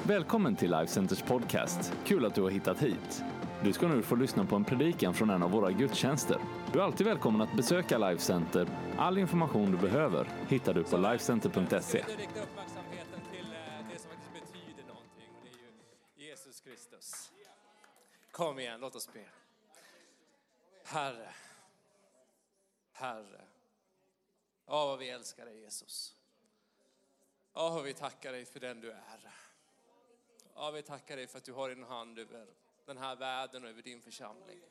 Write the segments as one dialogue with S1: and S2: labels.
S1: Välkommen till Life Centers podcast. Kul att du har hittat hit. Du ska nu få lyssna på en predikan från en av våra gudstjänster. Du är alltid välkommen att besöka Life Center. All information du behöver hittar du på lifecenter.se.
S2: Jag vill rikta uppmärksamheten till det som faktiskt betyder någonting. Och det är ju Jesus Kristus. Kom igen, låt oss be. Herre. Ja, vad vi älskar dig, Jesus. Ja, vad vi tackar dig för den du är. Ja, vi tackar dig för att du har din hand över den här världen och över din församling.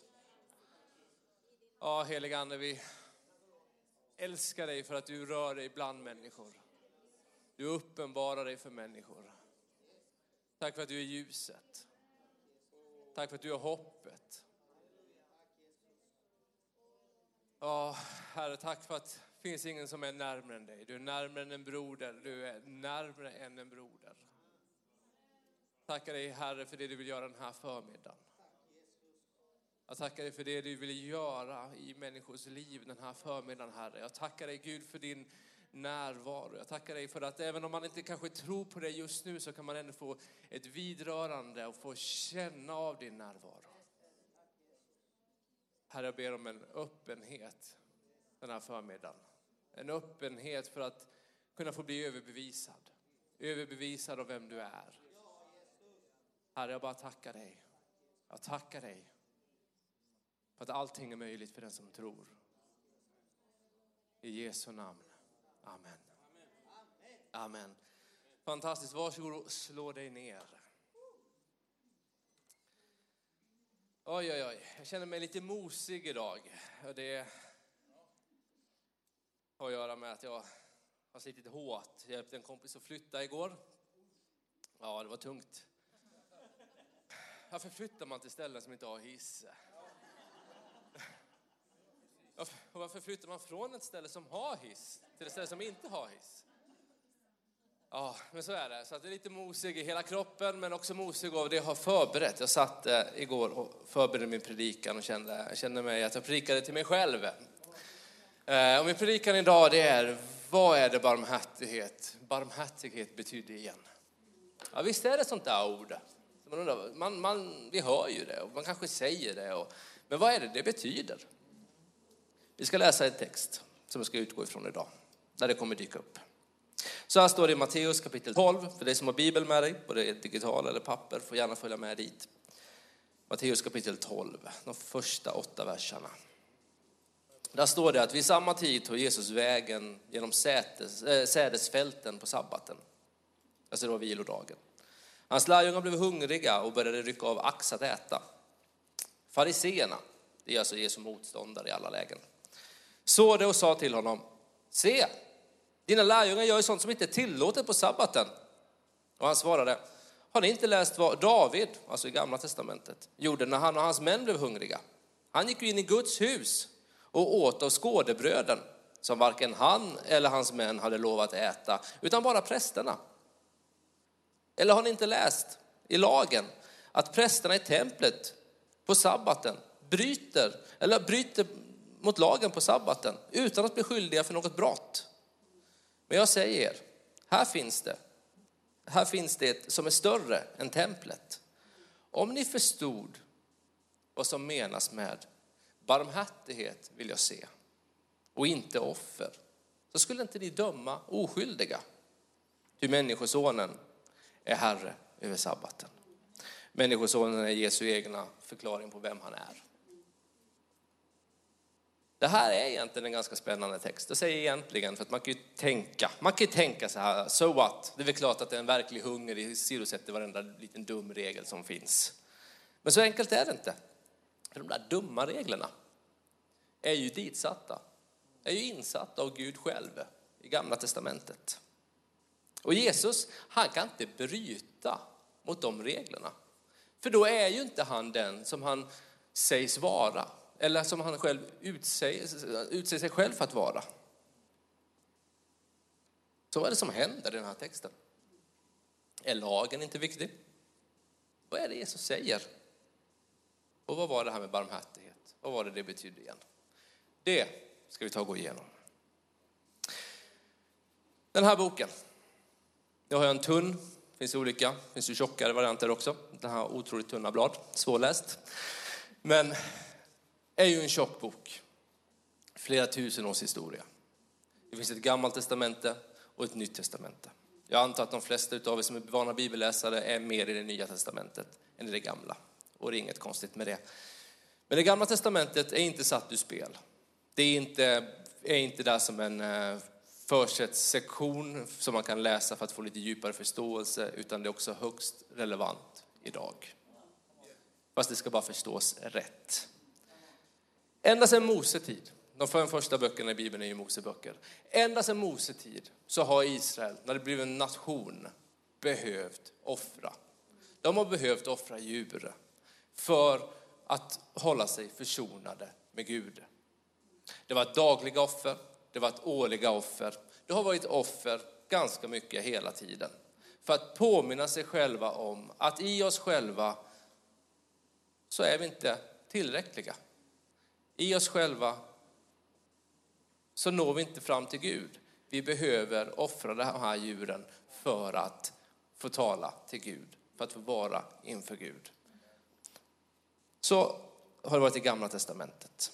S2: Ja, heliga Ande, vi älskar dig för att du rör dig bland människor. Du uppenbarar dig för människor. Tack för att du är ljuset. Tack för att du är hoppet. Ja, Herre, tack för att det finns ingen som är närmare än dig. Du är närmare än en broder. Du är närmare än en broder. Tackar dig, Herre, för det du vill göra den här förmiddagen. Jag tackar dig för det du vill göra i människors liv den här förmiddagen, Herre. Jag tackar dig, Gud, för din närvaro. Jag tackar dig för att även om man inte kanske tror på det just nu, så kan man ändå få ett vidrörande och få känna av din närvaro. Herre, jag ber om en öppenhet den här förmiddagen. En öppenhet för att kunna få bli överbevisad. Överbevisad av vem du är. Herre, jag bara tackar dig. Jag tackar dig för att allting är möjligt för den som tror. I Jesu namn. Amen. Amen. Fantastiskt. Varsågod och slå dig ner. Oj. Jag känner mig lite mosig idag. Och det har att göra med att jag har slitit hårt. Jag hjälpte en kompis att flytta igår. Ja, det var tungt. Varför flyttar man till ställen som inte har hiss? Och varför flyttar man från ett ställe som har hiss till ett ställe som inte har hiss? Ja, men så är det. Så att det är lite mosig i hela kroppen, men också mosig av det jag har förberett. Jag satt igår och förberedde min predikan och kände mig att jag predikade till mig själv. Och min predikan idag, det är: vad är det barmhärtighet? Barmhärtighet betyder igen. Ja, visst är det sånt där ord. Vi hör ju det och man kanske säger det. Men vad är det betyder? Vi ska läsa en text som jag ska utgå ifrån idag. Där det kommer dyka upp. Så här står det i Matteus kapitel 12. För dig som har Bibel med dig, både digital eller papper, får gärna följa med dit. Matteus kapitel 12, de första 8 verserna. Där står det att vid samma tid tog Jesus vägen genom sädesfälten på sabbaten. Alltså det var vilodagen. Hans lärjungar blev hungriga och började rycka av ax att äta. Fariseerna, det är alltså Jesu motståndare i alla lägen, såg det och sa till honom: se, dina lärjungar gör ju sånt som inte är tillåtet på sabbaten. Och han svarade: har ni inte läst vad David, alltså i Gamla testamentet, gjorde när han och hans män blev hungriga? Han gick in i Guds hus och åt av skådebröden som varken han eller hans män hade lovat äta, utan bara prästerna. Eller har ni inte läst i lagen att prästerna i templet på sabbaten bryter mot lagen på sabbaten utan att bli skyldiga för något brott? Men jag säger er, här finns det som är större än templet. Om ni förstod vad som menas med barmhärtighet vill jag se och inte offer, så skulle inte ni döma oskyldiga. Ty människosonen är herre över sabbaten. Människosonen är Jesu egna förklaring på vem han är. Det här är egentligen en ganska spännande text. Det säger egentligen, för att man kan ju tänka så här: so what? Det är väl klart att det är en verklig hunger i sidosätter varenda liten dum regel som finns. Men så enkelt är det inte. För de där dumma reglerna är ju insatta av Gud själv i Gamla testamentet. Och Jesus, han kan inte bryta mot de reglerna. För då är ju inte han den som han sägs vara. Eller som han själv utser sig själv för att vara. Så vad är det som händer i den här texten? Är lagen inte viktig? Vad är det Jesus säger? Och vad var det här med barmhärtighet? Vad var det betyder igen? Det ska vi ta och gå igenom. Den här boken. Jag har en tunn Finns olika, finns ju tjockare varianter också. Den här otroligt tunna blad, svårläst. Men är ju en tjock bok. Flera tusen års historia. Det finns ett gammalt testamente och ett nytt testamente. Jag antar att de flesta av er som är vana bibelläsare är mer i det nya testamentet än i det gamla. Och det är inget konstigt med det. Men det gamla testamentet är inte satt ur spel. Det är inte där som en försättssektion som man kan läsa för att få lite djupare förståelse, utan det är också högst relevant idag. Fast det ska bara förstås rätt. Ända sedan Mosetid, de första böckerna i Bibeln är ju Moseböcker. Ända sedan Mosetid så har Israel, när det blev en nation, behövt offra. De har behövt offra djur för att hålla sig försonade med Gud. Det var ett dagliga offer, det var ett årliga offer. Det har varit offer ganska mycket hela tiden. För att påminna sig själva om att i oss själva så är vi inte tillräckliga. I oss själva så når vi inte fram till Gud. Vi behöver offra de här djuren för att få tala till Gud. För att få vara inför Gud. Så har det varit i Gamla testamentet.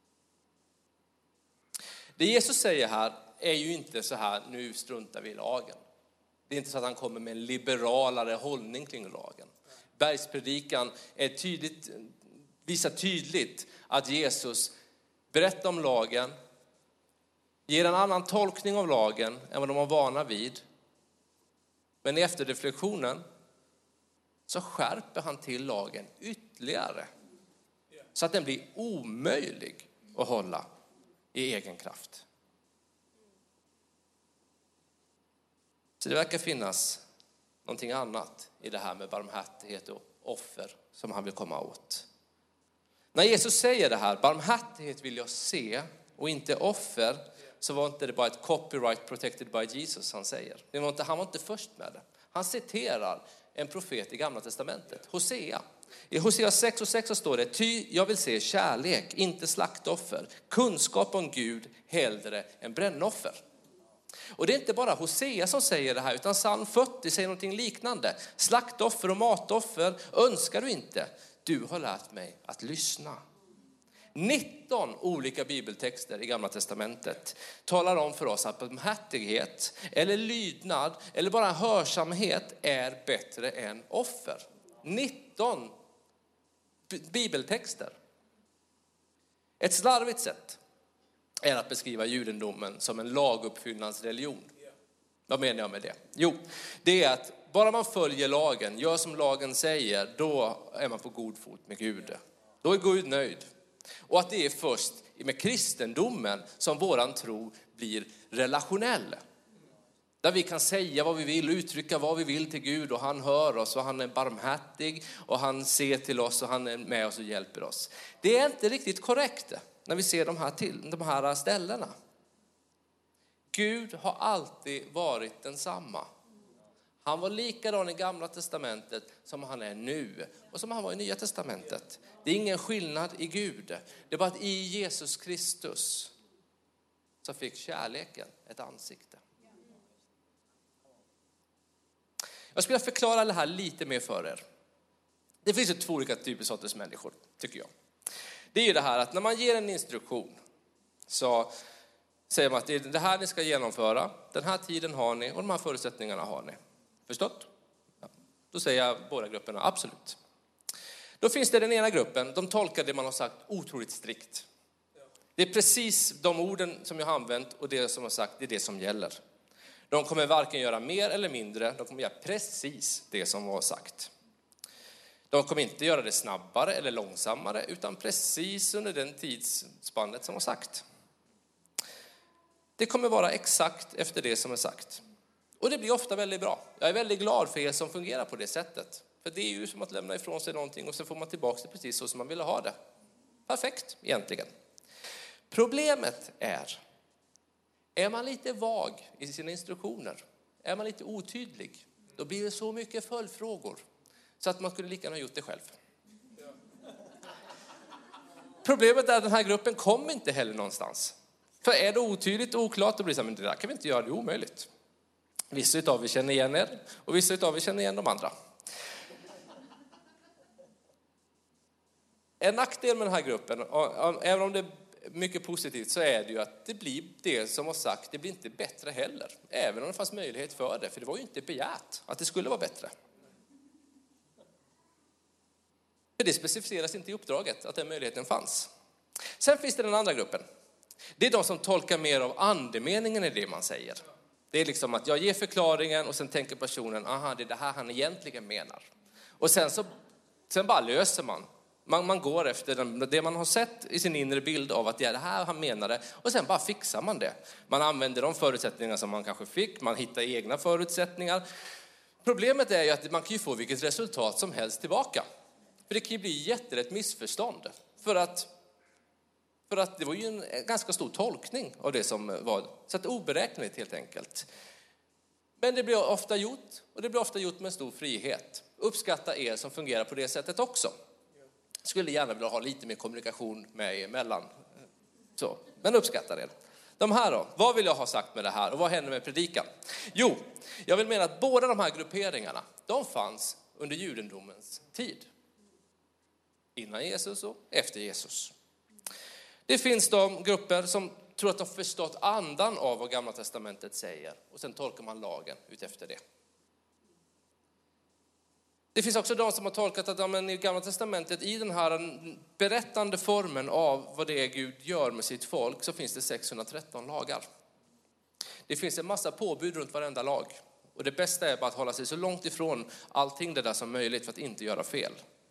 S2: Det Jesus säger här är ju inte så här, nu struntar vi i lagen. Det är inte så att han kommer med en liberalare hållning kring lagen. Bergspredikan visar tydligt att Jesus berättar om lagen, ger en annan tolkning av lagen än vad de var vana vid. Men i efterreflektionen så skärper han till lagen ytterligare. Så att den blir omöjlig att hålla i egen kraft. Så det verkar finnas någonting annat i det här med barmhärtighet och offer som han vill komma åt. När Jesus säger det här, barmhärtighet vill jag se och inte offer, så var inte det bara ett copyright protected by Jesus han säger. Han var inte först med det. Han citerar en profet i Gamla testamentet, Hosea. I Hosea 6:6 så står det: ty jag vill se kärlek, inte slaktoffer, kunskap om Gud hellre än brännoffer. Och det är inte bara Hosea som säger det här, utan psalm 40 säger någonting liknande. Slaktoffer och matoffer önskar du inte, du har lärt mig att lyssna. 19 olika bibeltexter i Gamla testamentet talar om för oss att barmhärtighet eller lydnad eller bara hörsamhet är bättre än offer. 19 bibeltexter. Ett slarvigt sätt är att beskriva judendomen som en laguppfyllnadsreligion. Vad menar jag med det? Jo, det är att bara man följer lagen, gör som lagen säger, då är man på god fot med Gud. Då är Gud nöjd. Och att det är först med kristendomen som våran tro blir relationell. Där vi kan säga vad vi vill, uttrycka vad vi vill till Gud, och han hör oss och han är barmhärtig och han ser till oss och han är med oss och hjälper oss. Det är inte riktigt korrekt när vi ser de här ställena. Gud har alltid varit densamma. Han var likadan i Gamla testamentet som han är nu och som han var i Nya testamentet. Det är ingen skillnad i Gud. Det är bara att i Jesus Kristus så fick kärleken ett ansikte. Jag skulle förklara det här lite mer för er. Det finns ju 2 olika typer sorters människor, tycker jag. Det är ju det här att när man ger en instruktion så säger man att det är det här ni ska genomföra. Den här tiden har ni och de här förutsättningarna har ni. Förstått? Ja. Då säger jag båda grupperna absolut. Då finns det den ena gruppen, de tolkar det man har sagt otroligt strikt. Det är precis de orden som jag har använt och det som har sagt, det är det som gäller. De kommer varken göra mer eller mindre, de kommer göra precis det som var sagt. De kommer inte göra det snabbare eller långsammare, utan precis under den tidsspannet som var sagt. Det kommer vara exakt efter det som är sagt. Och det blir ofta väldigt bra. Jag är väldigt glad för er som fungerar på det sättet. För det är ju som att lämna ifrån sig någonting och så får man tillbaka det precis så som man ville ha det. Perfekt egentligen. Problemet är man lite vag i sina instruktioner, är man lite otydlig, då blir det så mycket följdfrågor så att man skulle lika gärna ha gjort det själv. Problemet är att den här gruppen kommer inte heller någonstans. För är det otydligt och oklart, då blir det så här, men det där kan vi inte göra, det är omöjligt. Vissa utav er känner igen er och vissa utav er känner igen de andra. En nackdel med den här gruppen, även om det är mycket positivt, så är det ju att det blir det som har sagt, det blir inte bättre heller. Även om det fanns möjlighet för det, för det var ju inte begärt att det skulle vara bättre. För det specificeras inte i uppdraget att den möjligheten fanns. Sen finns det den andra gruppen. Det är de som tolkar mer av andemeningen i det man säger. Det är liksom att jag ger förklaringen och sen tänker personen, aha, det är det här han egentligen menar. Och sen bara löser man. Man går efter det man har sett i sin inre bild av att det är det här han menade. Och sen bara fixar man det. Man använder de förutsättningar som man kanske fick. Man hittar egna förutsättningar. Problemet är ju att man kan ju få vilket resultat som helst tillbaka. För det kan ju bli jätterätt missförstånd. För att det var ju en ganska stor tolkning av det som var. Så att oberäkneligt helt enkelt. Men det blir ofta gjort. Och det blir ofta gjort med stor frihet. Uppskatta er som fungerar på det sättet också. Skulle gärna vilja ha lite mer kommunikation med er emellan. Så, men uppskattar det. De här då, vad vill jag ha sagt med det här och vad händer med predikan? Jo, jag vill mena att båda de här grupperingarna, de fanns under judendomens tid. Innan Jesus och efter Jesus. Det finns de grupper som tror att de förstått andan av vad Gamla testamentet säger. Och sen tolkar man lagen ut efter det. Det finns också de som har tolkat att i Gamla testamentet, i den här berättande formen av vad det är Gud gör med sitt folk, så finns det 613 lagar. Det finns en massa påbud runt varenda lag. Och det bästa är bara att hålla sig så långt ifrån allting det där som möjligt för att inte göra fel.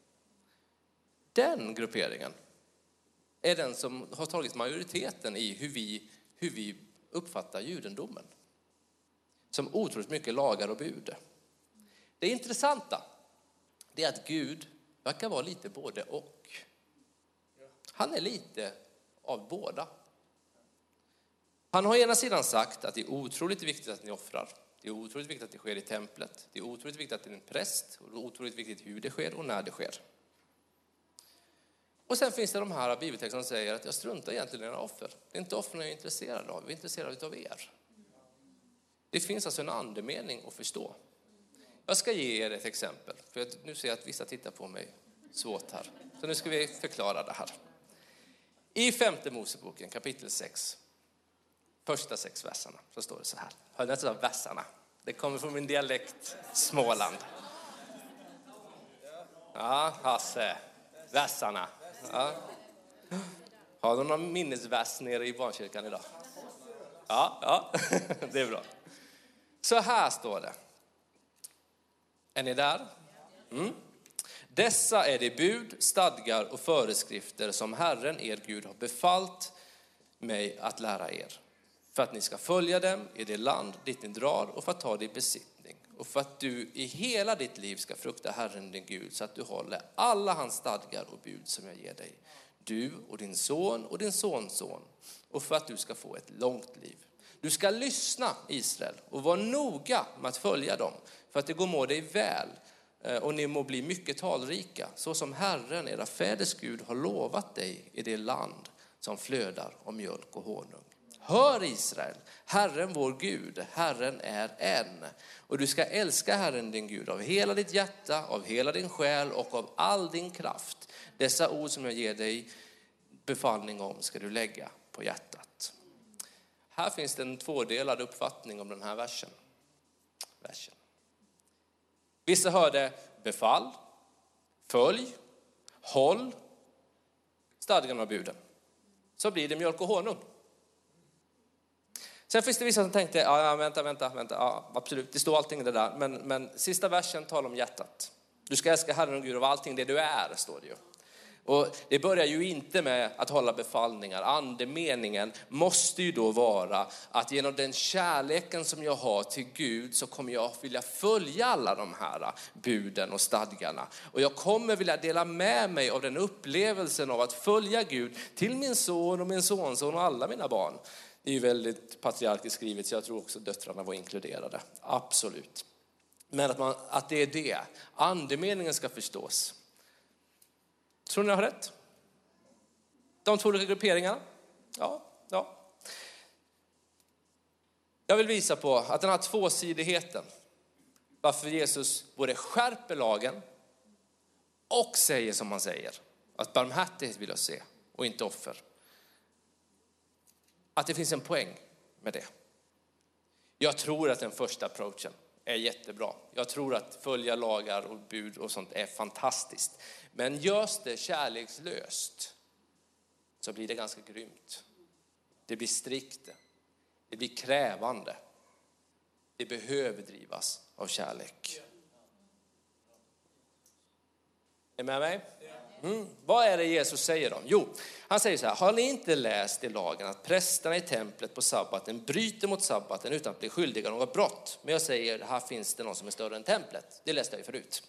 S2: Den grupperingen är den som har tagit majoriteten i hur vi uppfattar judendomen. Som otroligt mycket lagar och bud. Det intressanta, det är att Gud verkar vara lite både och. Han är lite av båda. Han har ena sidan sagt att det är otroligt viktigt att ni offrar. Det är otroligt viktigt att det sker i templet. Det är otroligt viktigt att det är en präst. Och det är otroligt viktigt hur det sker och när det sker. Och sen finns det de här bibeltexterna som säger att jag struntar egentligen i era offer. Det är inte offren jag är intresserad av. Vi är intresserade av er. Det finns alltså en andemening att förstå. Jag ska ge er ett exempel. För nu ser jag att vissa tittar på mig svårt här. Så nu ska vi förklara det här. I 5:e Moseboken, kapitel 6. Första 6 verserna. Så står det så här. Hör ni så verserna? Det kommer från min dialekt Småland. Ja, Hasse. Versarna. Ja. Har du någon minnesvers nere i barnkyrkan idag? Ja, det är bra. Så här står det. Är ni där? Dessa är de bud, stadgar och föreskrifter som Herren er Gud har befallt mig att lära er. För att ni ska följa dem i det land dit ni drar och för att ta det i besittning. Och för att du i hela ditt liv ska frukta Herren din Gud så att du håller alla hans stadgar och bud som jag ger dig. Du och din son och din sonson. Och för att du ska få ett långt liv. Du ska lyssna, Israel, och vara noga med att följa dem. För att det går må dig väl och ni må bli mycket talrika. Så som Herren, era fäders Gud, har lovat dig i det land som flödar av mjölk och honung. Hör Israel, Herren vår Gud, Herren är en. Och du ska älska Herren din Gud av hela ditt hjärta, av hela din själ och av all din kraft. Dessa ord som jag ger dig befallning om ska du lägga på hjärtat. Här finns det en tvådelad uppfattning om den här versen. Vissa hörde befall, följ, håll, stadgarna och buden. Så blir det mjölk och honung. Sen finns det vissa som tänkte, vänta, ja, absolut, det står allting det där. Men sista versen talar om hjärtat. Du ska älska Herren och Gud av allting det du är, står det ju. Och det börjar ju inte med att hålla befallningar. Andemeningen måste ju då vara att genom den kärleken som jag har till Gud så kommer jag vilja följa alla de här buden och stadgarna. Och jag kommer vilja dela med mig av den upplevelsen av att följa Gud till min son och min sonson och alla mina barn. Det är ju väldigt patriarkiskt skrivet så jag tror också döttrarna var inkluderade. Absolut. Men att det är det. Andemeningen ska förstås. Tror ni jag har rätt? De två olika grupperingarna? Ja. Jag vill visa på att den här tvåsidigheten, varför Jesus både skärper lagen och säger som han säger, att barmhärtighet vill jag se och inte offer. Att det finns en poäng med det. Jag tror att den första approachen är jättebra. Jag tror att följa lagar och bud och sånt är fantastiskt. Men görs det kärlekslöst så blir det ganska grymt. Det blir strikt. Det blir krävande. Det behöver drivas av kärlek. Är med mig? Vad är det Jesus säger då? Jo, han säger så här: har ni inte läst i lagen att prästerna i templet på sabbaten bryter mot sabbaten utan att bli skyldiga något brott? Men jag säger, här finns det någon som är större än templet. Det läste jag ju förut.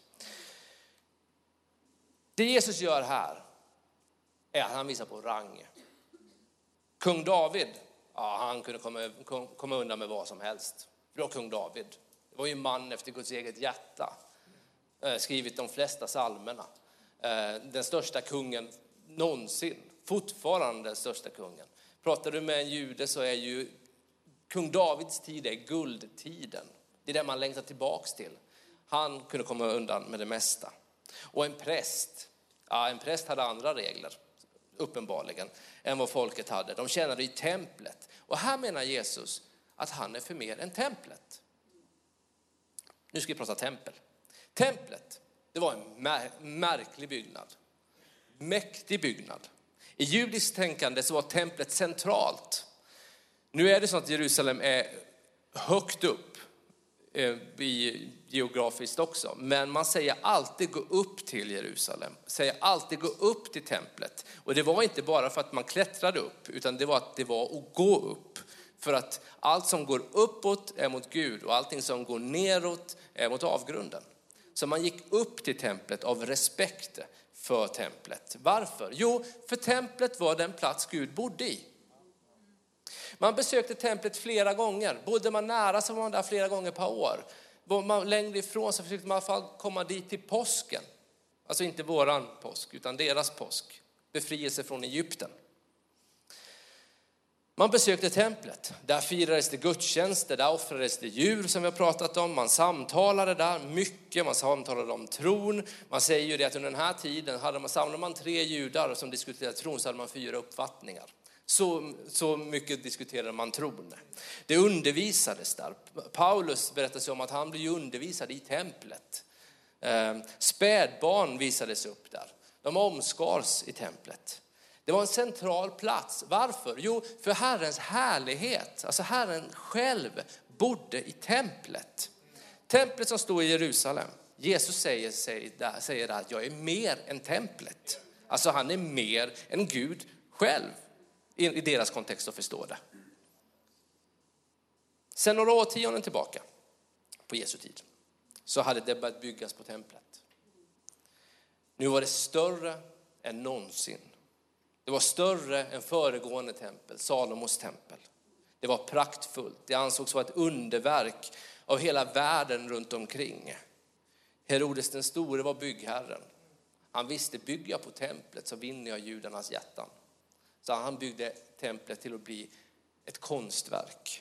S2: Det Jesus gör här är att han visar på rang. Kung David, ja, han kunde komma undan med vad som helst. Det var kung David. Det var ju en man efter Guds eget hjärta. Skrivit de flesta psalmerna. Den största kungen någonsin. Fortfarande den största kungen. Pratar du med en jude så är ju kung Davids tid är guldtiden. Det är det man längtar tillbaks till. Han kunde komma undan med det mesta. Och en präst hade andra regler, uppenbarligen, än vad folket hade. De tjänade i templet. Och här menar Jesus att han är för mer än templet. Nu ska vi prata tempel. Templet, det var en märklig byggnad. Mäktig byggnad. I judiskt tänkande så var templet centralt. Nu är det så att Jerusalem är högt upp geografiskt också. Men man säger alltid gå upp till Jerusalem. Säger alltid gå upp till templet. Och det var inte bara för att man klättrade upp, utan det var att gå upp. För att allt som går uppåt är mot Gud och allting som går neråt är mot avgrunden. Så man gick upp till templet av respekt för templet. Varför? Jo, för templet var den plats Gud bodde i. Man besökte templet flera gånger. Bodde man nära så var man där flera gånger per år. Var man längre ifrån så försökte man i alla fall komma dit till påsken. Alltså inte våran påsk utan deras påsk. Befrielse från Egypten. Man besökte templet. Där firades det gudstjänster. Där offrades det djur som vi har pratat om. Man samtalade där mycket. Man samtalade om tron. Man säger ju det att under den här tiden samlade man 3 judar som diskuterade tron, så hade man 4 uppfattningar. Så mycket diskuterade man tron. Det undervisades där. Paulus berättade om att han blev undervisad i templet. Spädbarn visades upp där. De omskars i templet. Det var en central plats. Varför? Jo, för Herrens härlighet. Alltså Herren själv bodde i templet. Templet som stod i Jerusalem. Jesus säger där att jag är mer än templet. Alltså han är mer än Gud själv. I deras kontext att förstå det. Sen några årtionden tillbaka på Jesu tid så hade det börjat byggas på templet. Nu var det större än någonsin. Det var större än föregående tempel, Salomos tempel. Det var praktfullt. Det ansågs vara ett underverk av hela världen runt omkring. Herodes den store var byggherren. Han visste, bygga på templet så vinner jag judarnas hjärtan. Så han byggde templet till att bli ett konstverk.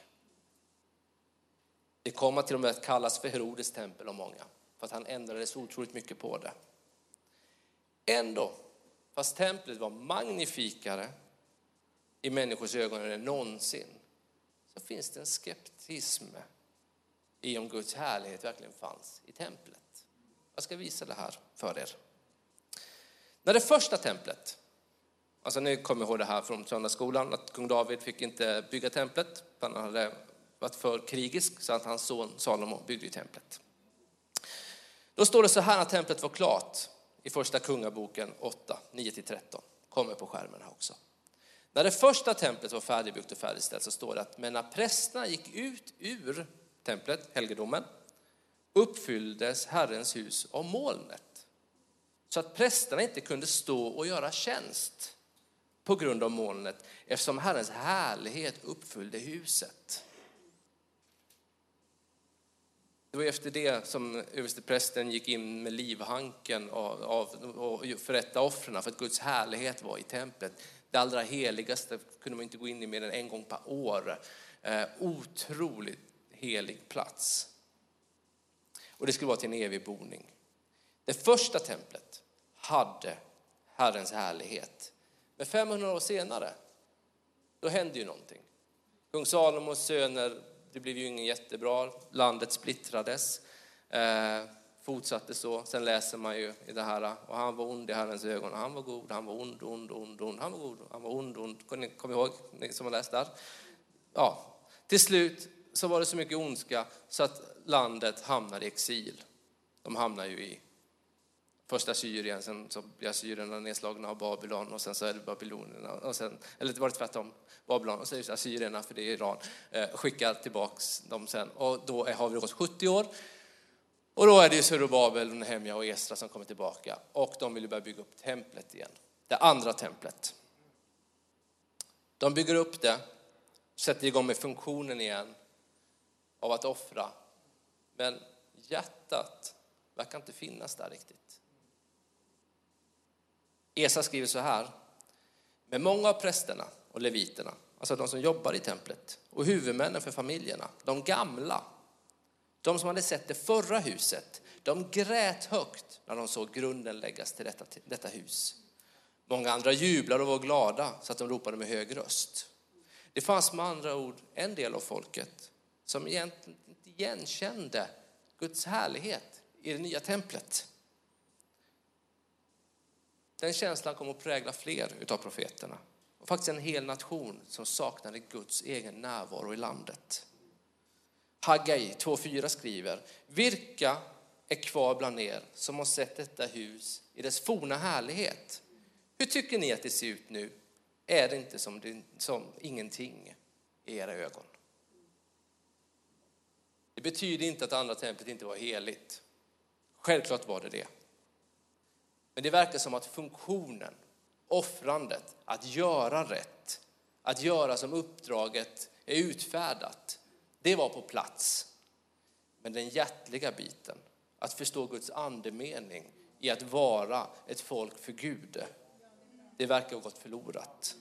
S2: Det kommer till och med att kallas för Herodes tempel av många. För att han ändrade så otroligt mycket på det. Ändå, fast templet var magnifikare i människors ögon än någonsin, så finns det en skeptism i om Guds härlighet verkligen fanns i templet. Jag ska visa det här för er. När det första templet, alltså ni kommer ihåg det här från söndagsskolan, att kung David fick inte bygga templet. Han hade varit för krigisk så att hans son Salomo byggde templet. Då står det så här när templet var klart i första kungaboken 8, 9-13. Kommer på skärmen här också. När det första templet var färdigbyggt och färdigställt så står det att men när prästerna gick ut ur templet, helgedomen, uppfylldes Herrens hus av molnet. Så att prästerna inte kunde stå och göra tjänst på grund av molnet eftersom Herrens härlighet uppfyllde huset. Det var efter det som översteprästen gick in med livhanken och förrätta offren för att Guds härlighet var i templet. Det allra heligaste kunde man inte gå in i mer än en gång per år. Otroligt helig plats. Och det skulle vara till en evig boning. Det första templet hade Herrens härlighet. Men 500 år senare, då hände ju någonting. Kung Salomos söner, det blev ju ingen jättebra. Landet splittrades. Fortsatte så. Sen läser man ju i det här. Och han var ond i Herrens ögon. Och han var god. Han var ond. Han var god. Han var ond. Kom ihåg, ni som har läst där. Ja. Till slut så var det så mycket ondska så att landet hamnade i exil. De hamnar ju i första Syrien, sen så blir assyrierna nedslagna av Babylon och sen så är det babylonierna och sen, eller det var det tvärtom, Babylon och så är det assyrierna för det är Iran, skickar tillbaks dem sen och då har vi gått 70 år och då är det ju Zerubabel, Nehemja och Esra som kommer tillbaka och de vill ju börja bygga upp templet igen, det andra templet. De bygger upp det, sätter igång med funktionen igen av att offra, men hjärtat verkar inte finnas där riktigt. Esa skriver så här: med många av prästerna och leviterna, alltså de som jobbar i templet, och huvudmännen för familjerna, de gamla, de som hade sett det förra huset, de grät högt när de såg grunden läggas till detta hus. Många andra jublade och var glada så att de ropade med hög röst. Det fanns med andra ord en del av folket som egentligen inte igenkände Guds härlighet i det nya templet. Den känslan kommer att prägla fler utav profeterna. Och faktiskt en hel nation som saknade Guds egen närvaro i landet. Haggai 2:4 skriver: vilka är kvar bland er som har sett detta hus i dess forna härlighet? Hur tycker ni att det ser ut nu? Är det inte som ingenting i era ögon? Det betyder inte att andra templet inte var heligt. Självklart var det. Men det verkar som att funktionen, offrandet, att göra rätt, att göra som uppdraget är utfärdat, det var på plats. Men den hjärtliga biten, att förstå Guds andemening i att vara ett folk för Gud, det verkar ha gått förlorat.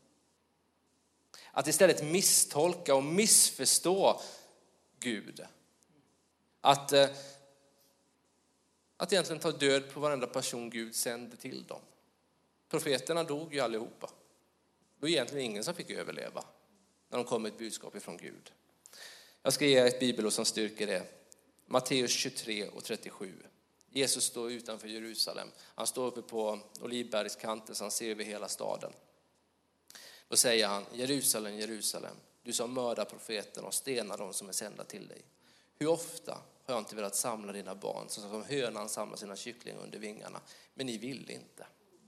S2: Att istället misstolka och missförstå Gud. Att egentligen ta död på varenda person Gud sände till dem. Profeterna dog ju allihopa. Det var egentligen ingen som fick överleva när de kom med ett budskap ifrån Gud. Jag ska ge ett bibelord som styrker det. Matteus 23:37. Jesus står utanför Jerusalem. Han står uppe på Olivbergskanten så han ser över hela staden. Då säger han: Jerusalem, Jerusalem, du som mördar profeten och stenar de som är sända till dig. Hur ofta har jag inte velat samla dina barn så som hönan samlar sina kycklingar under vingarna, men ni vill inte.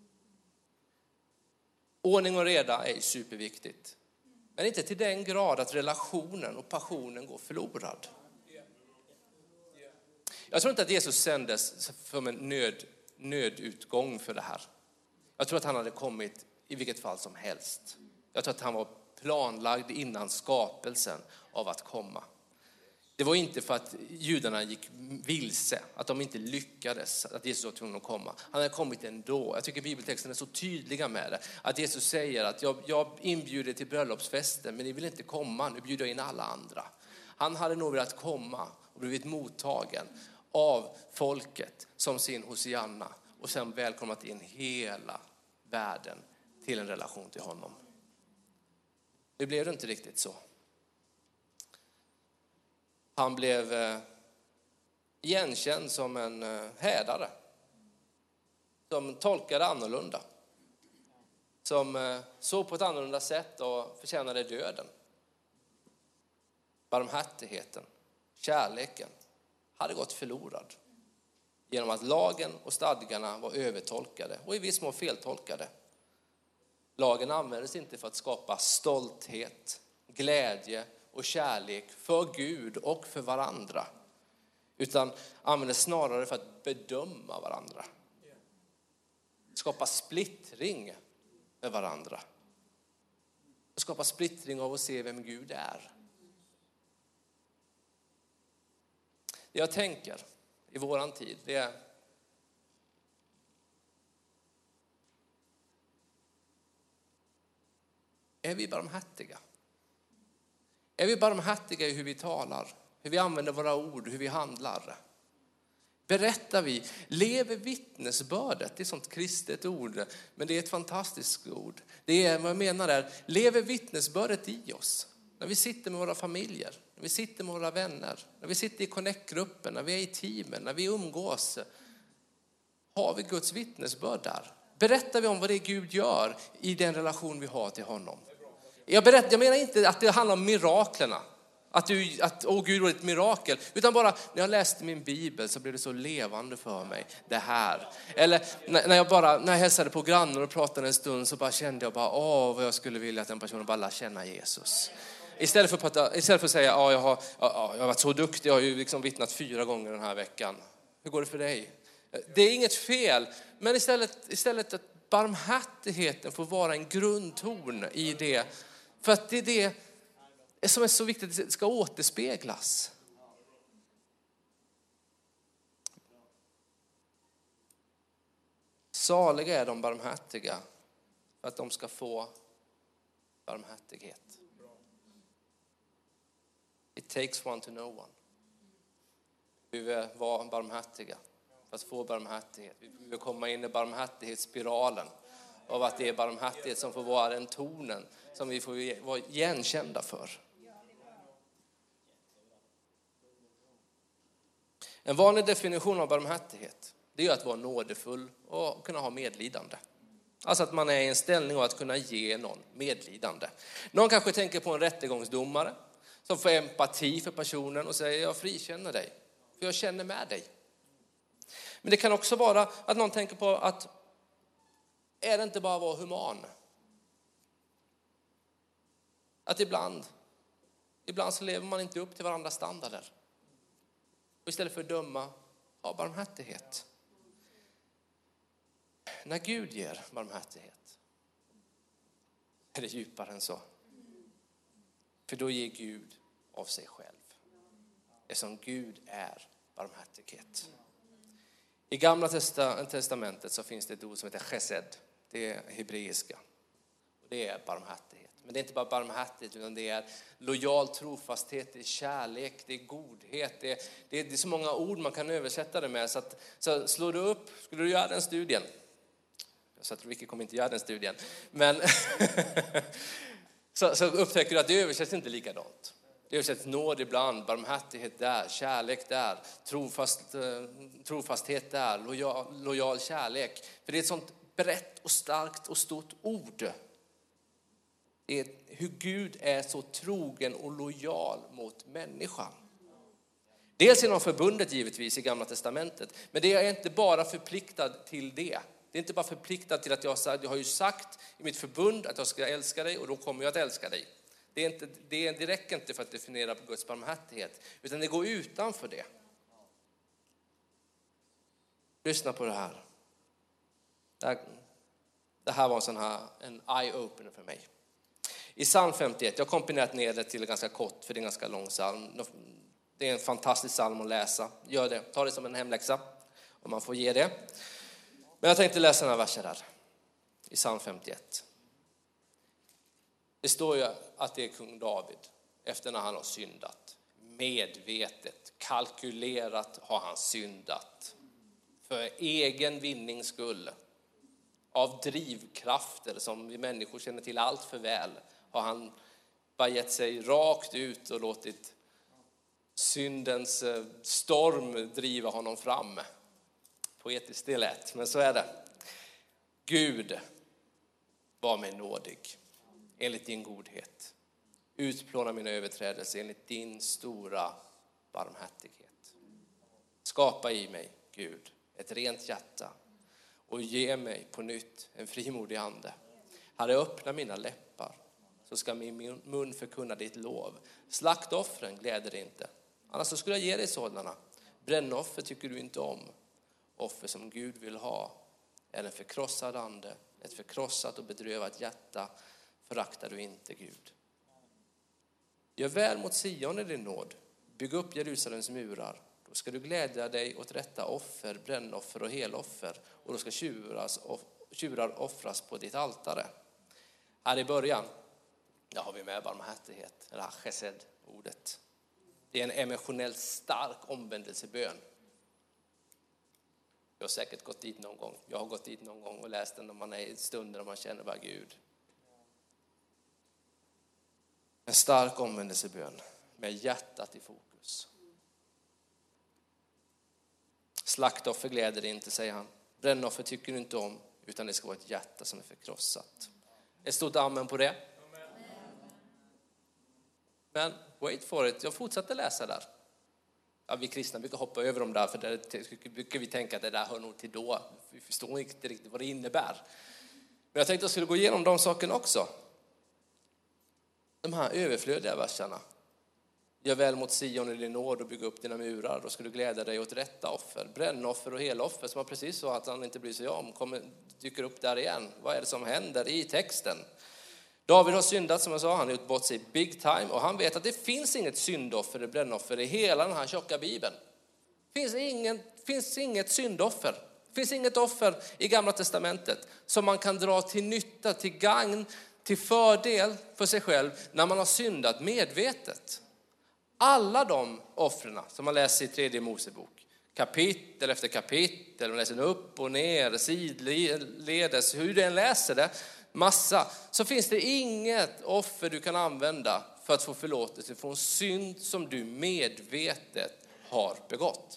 S2: Ordning och reda är superviktigt. Men inte till den grad att relationen och passionen går förlorad. Jag tror inte att Jesus sändes som en nödutgång för det här. Jag tror att han hade kommit i vilket fall som helst. Jag tror att han var planlagd innan skapelsen av att komma. Det var inte för att judarna gick vilse, att de inte lyckades, att Jesus var tvungen att komma. Han hade kommit ändå. Jag tycker bibeltexten är så tydliga med det. Att Jesus säger att jag inbjuder till bröllopsfesten, men ni vill inte komma, nu bjuder jag in alla andra. Han hade nog velat komma och blivit mottagen av folket som sin Hosianna och sen välkomnat in hela världen till en relation till honom. Det blev det inte riktigt så. Han blev igenkänd som en härdare som tolkade annorlunda. Som såg på ett annorlunda sätt och förtjänade döden. Barmhärtigheten, kärleken hade gått förlorad. Genom att lagen och stadgarna var övertolkade och i viss mån feltolkade. Lagen användes inte för att skapa stolthet, glädje och kärlek för Gud och för varandra. Utan användes snarare för att bedöma varandra. Skapa splittring med varandra. Skapa splittring av att se vem Gud är. Det jag tänker i våran tid, det är vi barmhärtiga? Är vi barmhärtiga i hur vi talar, hur vi använder våra ord, hur vi handlar? Berättar vi, lever vittnesbördet, det är ett sånt kristet ord, men det är ett fantastiskt ord. Det är vad jag menar är, lever vittnesbördet i oss. När vi sitter med våra familjer, när vi sitter med våra vänner, när vi sitter i connect-gruppen, när vi är i teamen, när vi umgås. Har vi Guds vittnesbörd där? Berättar vi om vad det är Gud gör i den relation vi har till honom? Jag menar inte att det handlar om miraklerna. Att Gud var ett mirakel. Utan bara när jag läste min bibel så blev det så levande för mig. Det här. Eller när jag hälsade på grannen och pratade en stund så bara kände jag bara vad jag skulle vilja att den personen bara lär känna Jesus. Istället för att säga jag har varit så duktig, jag har ju liksom vittnat 4 gånger den här veckan. Hur går det för dig? Det är inget fel, men istället att barmhärtigheten får vara en grundton i det. För att det är det som är så viktigt att det ska återspeglas. Saliga är de barmhärtiga för att de ska få barmhärtighet. It takes one to know one. Vi vill vara barmhärtiga för att få barmhärtighet. Vi vill komma in i barmhärtighetsspiralen av att det är barmhärtighet som får vara den tonen som vi får vara igenkända för. En vanlig definition av barmhärtighet, det är att vara nådefull och kunna ha medlidande. Alltså att man är i en ställning av att kunna ge någon medlidande. Någon kanske tänker på en rättegångsdomare som får empati för personen och säger jag frikänner dig, för jag känner med dig. Men det kan också vara att någon tänker på att är det inte bara att vara human? Att ibland så lever man inte upp till varandras standarder. Och istället för att döma, ha barmhärtighet. När Gud ger barmhärtighet är det djupare än så. För då ger Gud av sig själv. Det som Gud är barmhärtighet. I Gamla testamentet så finns det ett ord som heter chesed. Det är hebreiska. Och det är barmhärtighet. Men det är inte bara barmhärtighet utan det är lojal trofasthet, det är kärlek, det är godhet. Det är så många ord man kan översätta det med. Så slår du upp, skulle du göra den studien? Så att Ricky kommer inte göra den studien. Men så upptäcker du att det översätts inte likadant. Det översätts nåd ibland, barmhärtighet där, kärlek där, trofasthet där, lojal kärlek. För det är ett sånt brett och starkt och stort ord. Det är hur Gud är så trogen och lojal mot människan. Dels genom förbundet givetvis i Gamla testamentet. Men det är inte bara förpliktad till det. Det är inte bara förpliktad till att jag har ju sagt i mitt förbund att jag ska älska dig och då kommer jag att älska dig. Det räcker inte för att definiera på Guds barmhärtighet. Utan det går utanför det. Lyssna på det här. Det här var en eye-opener för mig. I psalm 51, jag har komponerat ner det till ganska kort för det är en ganska lång psalm. Det är en fantastisk psalm att läsa. Gör det, ta det som en hemläxa om man får ge det. Men jag tänkte läsa några verser här i psalm 51. Det står ju att det är kung David efter när han har syndat. Medvetet, kalkylerat har han syndat. För egen vinnings skull. Av drivkrafter som vi människor känner till allt för väl har han bara gett sig rakt ut och låtit syndens storm driva honom fram. Poetiskt det lätt, men så är det. Gud, var mig nådig enligt din godhet. Utplåna mina överträdelser enligt din stora barmhärtighet. Skapa i mig, Gud, ett rent hjärta. Och ge mig på nytt en frimodig ande. Herre, öppna mina läppar så ska min mun förkunna ditt lov. Slaktoffren gläder dig inte. Annars så skulle jag ge dig sådana. Brännoffer tycker du inte om. Offer som Gud vill ha är en förkrossad ande. Ett förkrossat och bedrövat hjärta föraktar du inte, Gud. Gör väl mot Sion i din nåd. Bygg upp Jerusalems murar. Då ska du glädja dig åt rätta offer, brännoffer och heloffer. Och då ska tjurar offras på ditt altare. Här i början Där har vi med barmhärtighet, eller chesed-ordet. Det är en emotionellt stark omvändelsebön. Jag har säkert gått dit någon gång. Jag har gått dit någon gång och läst den när man är i stunder när man känner bara Gud. En stark omvändelsebön med hjärtat i fokus. Slaktoffer gläder inte, säger han. Brännoffer tycker du inte om, utan det ska vara ett hjärta som är förkrossat. Ett stort amen på det. Men wait for it, jag fortsatte läsa där. Ja, vi kristna brukar hoppa över dem där, för där brukar vi tänka att det där hör nog till då. Vi förstår inte riktigt vad det innebär. Men jag tänkte att jag skulle gå igenom de sakerna också. De här överflödiga verserna. Gör väl mot Sion i din nåd och bygga upp dina murar. Då ska du glädja dig åt rätta offer. Brännoffer och heloffer som man precis så att han inte bryr sig om dyker upp där igen. Vad är det som händer i texten? David har syndat, som jag sa, han har gjort bort sig big time. Och han vet att det finns inget syndoffer eller brännoffer i hela den här tjocka bibeln. Finns inget syndoffer. Det finns inget offer i Gamla testamentet som man kan dra till nytta, till gagn, till fördel för sig själv när man har syndat medvetet. Alla de offren som man läser i 3:e Mosebok, kapitel efter kapitel, man läser upp och ner, sidledes, hur du än läser det, massa, så finns det inget offer du kan använda för att få förlåtelse från synd som du medvetet har begått.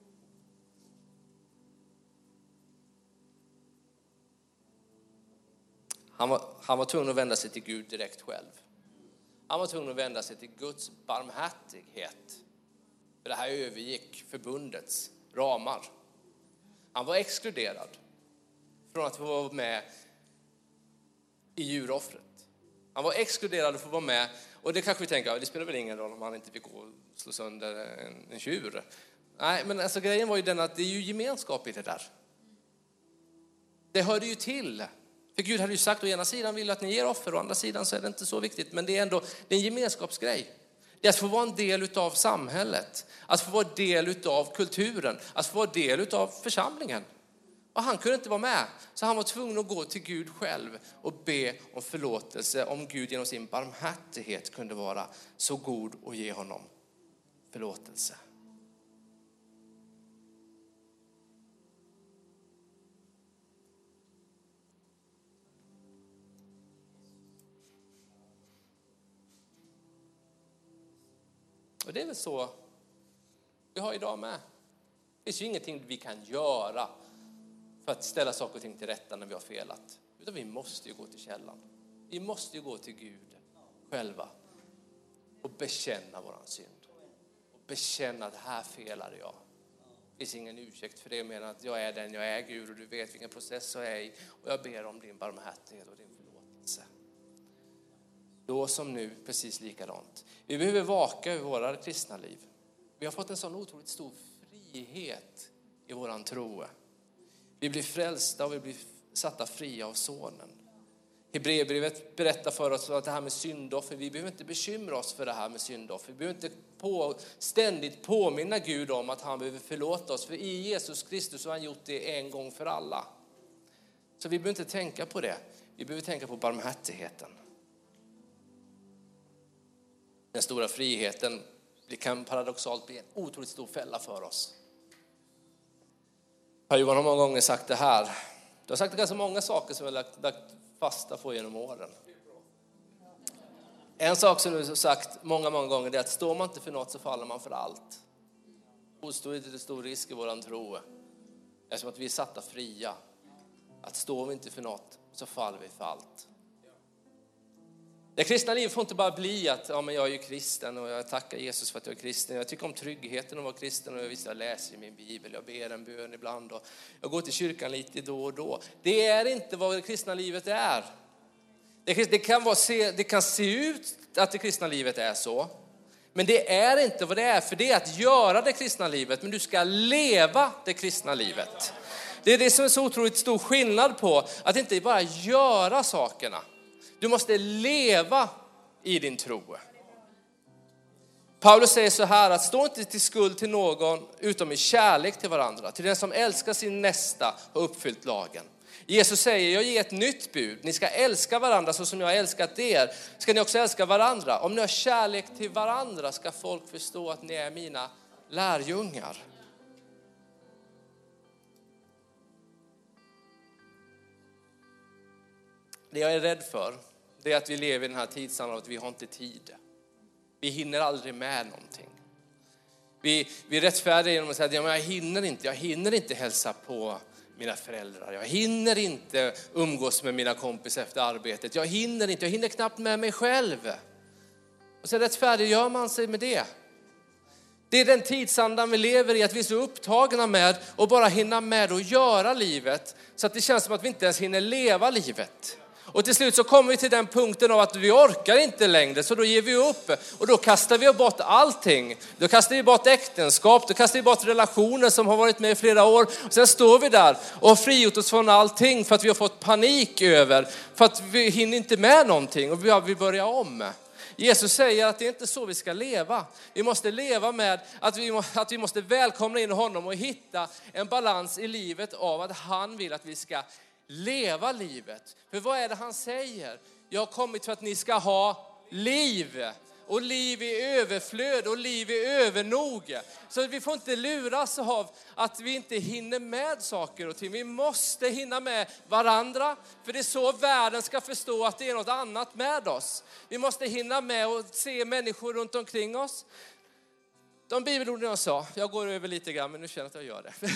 S2: Han var tvungen att vända sig till Gud direkt själv. Han var tvungen att vända sig till Guds barmhärtighet. För det här övergick förbundets ramar. Han var exkluderad från att få vara med i djuroffret. Han var exkluderad för att vara med. Och det kanske vi tänker, det spelar väl ingen roll om han inte fick gå och slå sönder en tjur. Nej, men alltså grejen var ju den att det är ju gemenskap i det där. Det hörde ju till. För Gud hade ju sagt, å ena sidan vill att ni ger offer, å andra sidan så är det inte så viktigt. Men det är en gemenskapsgrej. Det är att få vara en del av samhället. Att få vara del av kulturen. Att få vara del av församlingen. Och han kunde inte vara med. Så han var tvungen att gå till Gud själv och be om förlåtelse. Om Gud genom sin barmhärtighet kunde vara så god och ge honom förlåtelse. Och det är väl så vi har idag med. Det finns ju ingenting vi kan göra för att ställa saker och ting till rätta när vi har felat. Utan vi måste ju gå till källan. Vi måste ju gå till Gud själva och bekänna våran synd. Och bekänna att här felade jag. Det finns ingen ursäkt för det, mer än att jag är den jag är, Gud, och du vet vilken process jag är i. Och jag ber om din barmhärtighet och din förlåtelse. Då som nu, precis likadant. Vi behöver vaka över våra kristna liv. Vi har fått en sån otroligt stor frihet i våran tro. Vi blir frälsta och vi blir satta fria av sonen. Hebreerbrevet berättar för oss att det här med syndoffer, vi behöver inte bekymra oss för det här med syndoffer. Vi behöver inte ständigt påminna Gud om att han behöver förlåta oss. För i Jesus Kristus har han gjort det en gång för alla. Så vi behöver inte tänka på det. Vi behöver tänka på barmhärtigheten. Den stora friheten, det kan paradoxalt bli en otroligt stor fälla för oss. Per-Johan har många gånger sagt det här. Du har sagt ganska många saker som jag har lagt fasta på genom åren. En sak som du har sagt många gånger är att står man inte för något så faller man för allt. Otroligt stor risk i våran tro. Det är som att vi är satta fria. Att står vi inte för något så faller vi för allt. Det kristna livet får inte bara bli att men jag är ju kristen och jag tackar Jesus för att jag är kristen. Jag tycker om tryggheten att vara kristen och jag läser i min bibel. Jag ber en bön ibland och jag går till kyrkan lite då och då. Det är inte vad det kristna livet är. Det kan se ut att det kristna livet är så. Men det är inte vad det är, för det är att göra det kristna livet. Men du ska leva det kristna livet. Det är det som är så otroligt stor skillnad på att inte bara göra sakerna. Du måste leva i din tro. Paulus säger så här att stå inte till skuld till någon utom i kärlek till varandra. Till den som älskar sin nästa har uppfyllt lagen. Jesus säger, jag ger ett nytt bud. Ni ska älska varandra så som jag har älskat er. Ska ni också älska varandra. Om ni har kärlek till varandra ska folk förstå att ni är mina lärjungar. Det jag är rädd för, det är att vi lever i den här tidsandan och att vi har inte tid. Vi hinner aldrig med någonting. Vi rättfärdigar genom att säga att jag hinner inte hälsa på mina föräldrar. Jag hinner inte umgås med mina kompisar efter arbetet. Jag hinner knappt med mig själv. Och så rättfärdiggör man sig med det. Det är den tidsandan vi lever i, att vi är så upptagna med att bara hinna med att göra livet. Så att det känns som att vi inte ens hinner leva livet. Och till slut så kommer vi till den punkten av att vi orkar inte längre, så då ger vi upp. Och då kastar vi bort allting. Då kastar vi bort äktenskap, då kastar vi bort relationer som har varit med i flera år. Och sen står vi där och har frigjort oss från allting för att vi har fått panik över. För att vi hinner inte med någonting och vi börjar om. Jesus säger att det är inte så vi ska leva. Vi måste leva med att vi måste välkomna in honom och hitta en balans i livet av att han vill att vi ska leva livet. För vad är det han säger? Jag har kommit för att ni ska ha liv. Och liv i överflöd och liv i övernog. Så vi får inte luras av att vi inte hinner med saker och ting. Vi måste hinna med varandra. För det är så världen ska förstå att det är något annat med oss. Vi måste hinna med och se människor runt omkring oss. De bibelorden jag sa, jag går över lite grann men nu känner jag att jag gör det.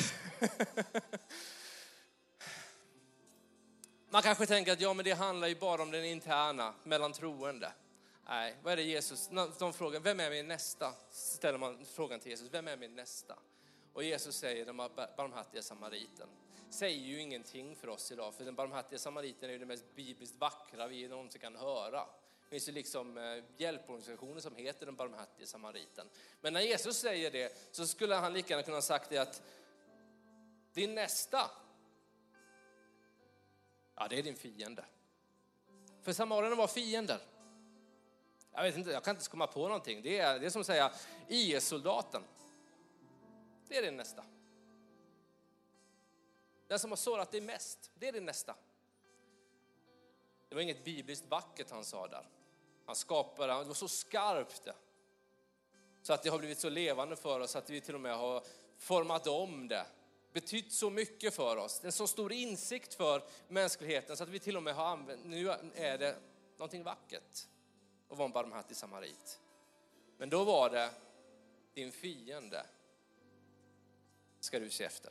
S2: Man kanske tänker att men det handlar ju bara om den interna mellan troende. Nej, vad är det Jesus? De frågar, vem är min nästa? Ställer man frågan till Jesus, vem är min nästa? Och Jesus säger, den barmhärtiga samariten. Säger ju ingenting för oss idag, för den barmhärtiga samariten är ju det mest bibliskt vackra vi någonsin kan höra. Det finns ju liksom hjälporganisationer som heter den barmhärtiga samariten. Men när Jesus säger det så skulle han lika gärna kunna ha sagt det att din nästa, ja, det är din fiende. För samarierna var fiender. Jag vet inte, jag kan inte komma på någonting. Det är som att säga IS-soldaten. Det är din nästa. Den som har sårat dig mest, det är din nästa. Det var inget bibliskt vackert han sa där. Han skapade, det var så skarpt. Så att det har blivit så levande för oss att vi till och med har format om det. Betytt så mycket för oss. En så stor insikt för mänskligheten så att vi till och med har använt, nu är det någonting vackert att vara en barmhärtig samarit. Men då var det din fiende ska du se efter.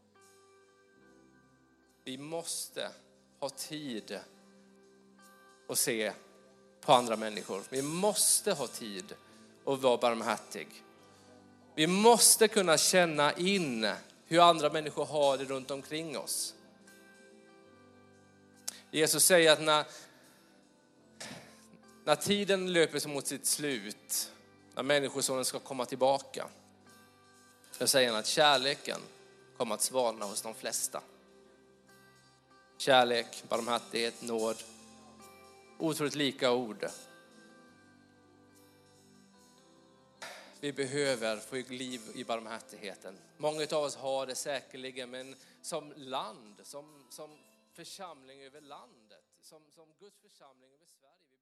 S2: Vi måste ha tid att se på andra människor. Vi måste ha tid att vara barmhärtig. Vi måste kunna känna in hur andra människor har det runt omkring oss. Jesus säger att när tiden löper mot sitt slut, när människosonen ska komma tillbaka, så säger han att kärleken kommer att svalna hos de flesta. Kärlek, barmhärtighet, nåd. Otroligt lika ord. Vi behöver få liv i barmhärtigheten. Många av oss har det säkerligen, men som land, som församling över landet, som Guds församling över Sverige.